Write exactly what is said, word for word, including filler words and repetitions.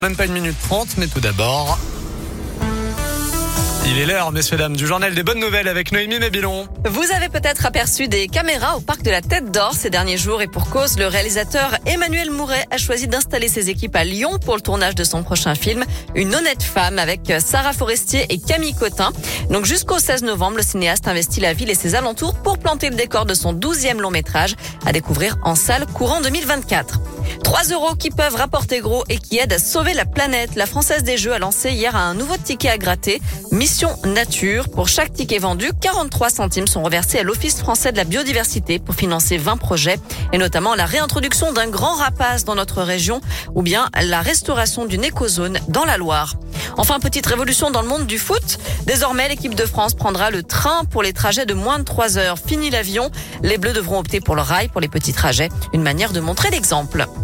Même pas une minute trente, mais tout d'abord... Il est l'heure, messieurs, dames, du journal des bonnes nouvelles avec Noémie Mébilon. Vous avez peut-être aperçu des caméras au parc de la Tête d'Or ces derniers jours et pour cause, le réalisateur Emmanuel Mouret a choisi d'installer ses équipes à Lyon pour le tournage de son prochain film, Une honnête femme, avec Sarah Forestier et Camille Cotin. Donc jusqu'au seize novembre, le cinéaste investit la ville et ses alentours pour planter le décor de son douzième long métrage à découvrir en salle courant deux mille vingt-quatre. trois euros qui peuvent rapporter gros et qui aident à sauver la planète. La Française des Jeux a lancé hier un nouveau ticket à gratter, Mission Nature. Pour chaque ticket vendu, quarante-trois centimes sont reversés à l'Office français de la biodiversité pour financer vingt projets et notamment la réintroduction d'un grand rapace dans notre région ou bien la restauration d'une écozone dans la Loire. Enfin, petite révolution dans le monde du foot. Désormais, l'équipe de France prendra le train pour les trajets de moins de trois heures. Fini l'avion. Les Bleus devront opter pour le rail pour les petits trajets. Une manière de montrer l'exemple.